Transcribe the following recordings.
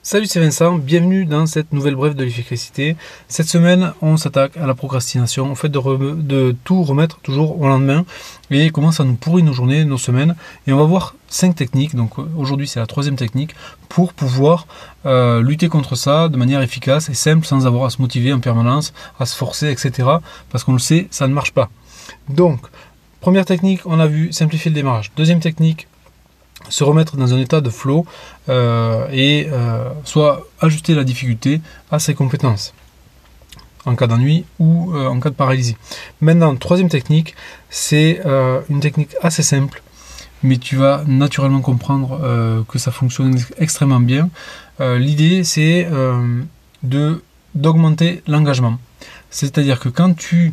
Salut, c'est Vincent, bienvenue dans cette nouvelle brève de l'efficacité. Cette semaine, on s'attaque à la procrastination, au fait de tout remettre toujours au lendemain et comment ça nous pourrit nos journées, nos semaines. Et on va voir 5 techniques, donc aujourd'hui c'est la 3e technique, pour pouvoir lutter contre ça de manière efficace et simple sans avoir à se motiver en permanence, à se forcer, etc. Parce qu'on le sait, ça ne marche pas. Donc, première technique, on a vu simplifier le démarrage. Deuxième technique, se remettre dans un état de flow soit ajuster la difficulté à ses compétences en cas d'ennui ou en cas de paralysie. Maintenant, troisième technique, c'est une technique assez simple, mais tu vas naturellement comprendre que ça fonctionne extrêmement bien. L'idée, c'est d'augmenter l'engagement. C'est-à-dire que quand tu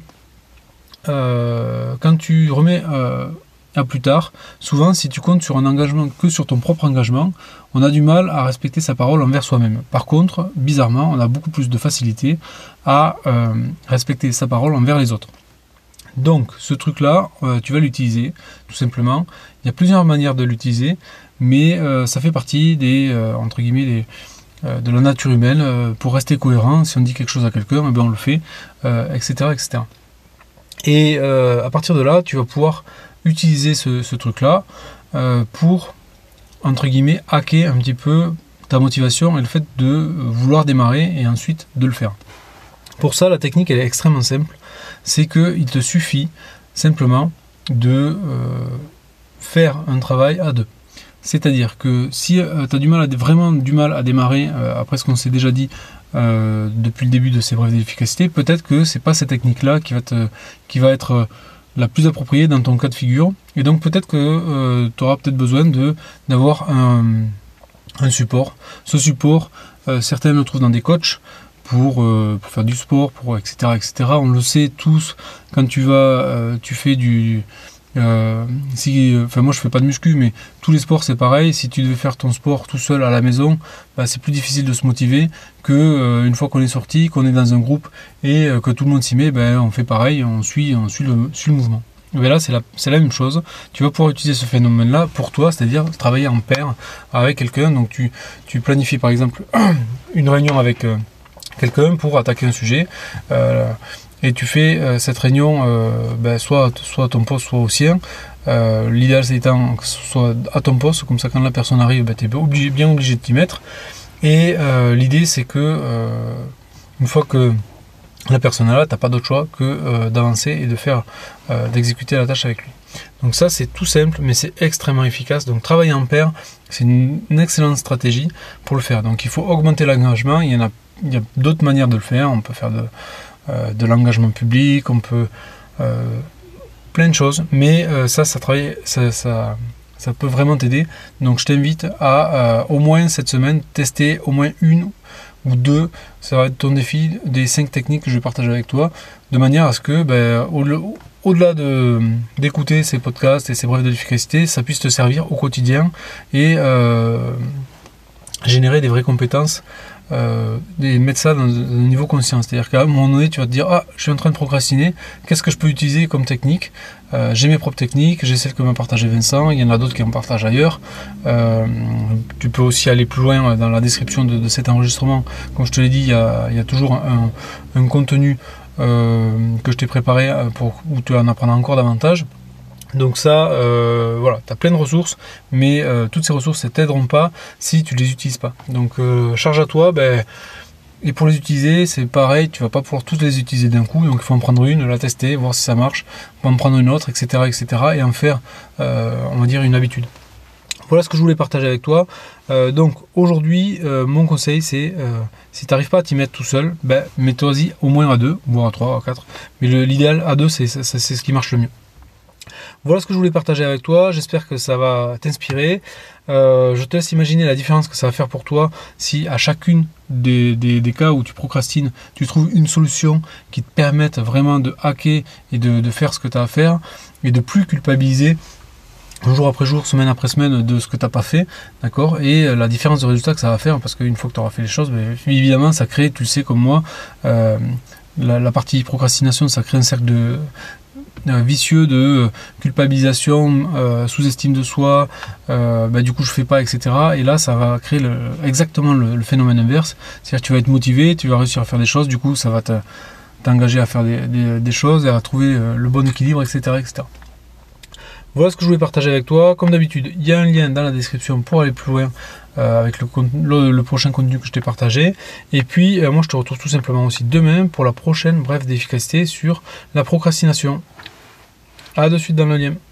remets à plus tard, souvent si tu comptes sur un engagement que sur ton propre engagement, on a du mal à respecter sa parole envers soi-même. Par contre, bizarrement, on a beaucoup plus de facilité à respecter sa parole envers les autres. Donc ce truc-là, tu vas l'utiliser tout simplement. Il y a plusieurs manières de l'utiliser, mais ça fait partie des entre guillemets de la nature humaine. Pour rester cohérent, si on dit quelque chose à quelqu'un, on le fait, etc., etc. Et à partir de là, tu vas pouvoir utiliser ce truc-là pour, entre guillemets, hacker un petit peu ta motivation et le fait de vouloir démarrer et ensuite de le faire. Pour ça, la technique, elle est extrêmement simple. C'est qu'il te suffit simplement de faire un travail à deux. C'est-à-dire que si tu as vraiment du mal à démarrer, après ce qu'on s'est déjà dit depuis le début de ces brèves d'efficacité, peut-être que c'est pas cette technique-là qui va être la plus appropriée dans ton cas de figure, et donc peut-être que tu auras peut-être besoin d'avoir un support. Ce support, certains le trouvent dans des coachs pour faire du sport, etc., etc. On le sait tous, quand tu fais du... moi je fais pas de muscu, mais tous les sports c'est pareil. Si tu devais faire ton sport tout seul à la maison, c'est plus difficile de se motiver que une fois qu'on est sorti, qu'on est dans un groupe et que tout le monde s'y met, on fait pareil, on suit le mouvement. Et là c'est la même chose. Tu vas pouvoir utiliser ce phénomène là pour toi, c'est-à-dire travailler en paire avec quelqu'un. Donc tu planifies par exemple une réunion avec quelqu'un pour attaquer un sujet, et tu fais cette réunion soit à ton poste, soit au sien. L'idéal c'est étant que ce soit à ton poste, comme ça quand la personne arrive, tu es bien obligé de t'y mettre. Et l'idée c'est que une fois que la personne est là, tu n'as pas d'autre choix que d'avancer et d'exécuter la tâche avec lui. Donc ça c'est tout simple, mais c'est extrêmement efficace. Donc travailler en paire, c'est une excellente stratégie pour le faire. Donc il faut augmenter l'engagement. Il y a d'autres manières de le faire. On peut faire de l'engagement public, on peut plein de choses, mais ça peut vraiment t'aider. Donc je t'invite à au moins cette semaine tester au moins une ou deux, ça va être ton défi, des 5 techniques que je vais partager avec toi, de manière à ce que au-delà d'écouter ces podcasts et ces brèves de l'efficacité, ça puisse te servir au quotidien et générer des vraies compétences, et mettre ça dans un niveau conscient. C'est-à-dire qu'à un moment donné, tu vas te dire je suis en train de procrastiner, qu'est-ce que je peux utiliser comme technique? J'ai mes propres techniques, j'ai celles que m'a partagé Vincent, il y en a d'autres qui en partagent ailleurs. Tu peux aussi aller plus loin dans la description de cet enregistrement. Comme je te l'ai dit, il y a toujours un contenu que je t'ai préparé où tu en apprendras encore davantage. Donc ça, tu as plein de ressources, mais toutes ces ressources ne t'aideront pas si tu ne les utilises pas. Donc charge à toi, et pour les utiliser, c'est pareil, tu ne vas pas pouvoir toutes les utiliser d'un coup, donc il faut en prendre une, la tester, voir si ça marche, en prendre une autre, etc., etc., et en faire, on va dire, une habitude. Voilà ce que je voulais partager avec toi. Donc aujourd'hui, mon conseil, c'est si tu n'arrives pas à t'y mettre tout seul, mets-toi-y au moins à 2, voire à 3, à 4, mais l'idéal à 2, c'est ce qui marche le mieux. Voilà ce que je voulais partager avec toi, j'espère que ça va t'inspirer. Je te laisse imaginer la différence que ça va faire pour toi si à chacune des cas où tu procrastines, tu trouves une solution qui te permette vraiment de hacker et de faire ce que tu as à faire et de plus culpabiliser jour après jour, semaine après semaine de ce que tu n'as pas fait, d'accord, et la différence de résultat que ça va faire, parce qu'une fois que tu auras fait les choses, évidemment ça crée, tu le sais comme moi, la partie procrastination, ça crée un cercle vicieux de culpabilisation, sous-estime de soi, du coup je fais pas, etc. Et là ça va créer exactement le phénomène inverse, c'est-à-dire que tu vas être motivé, tu vas réussir à faire des choses, du coup ça va t'engager à faire des choses et à trouver le bon équilibre, etc., etc. Voilà ce que je voulais partager avec toi. Comme d'habitude, il y a un lien dans la description pour aller plus loin avec le prochain contenu que je t'ai partagé. Et puis, moi, je te retrouve tout simplement aussi demain pour la prochaine brève d'efficacité sur la procrastination. À de suite dans le lien.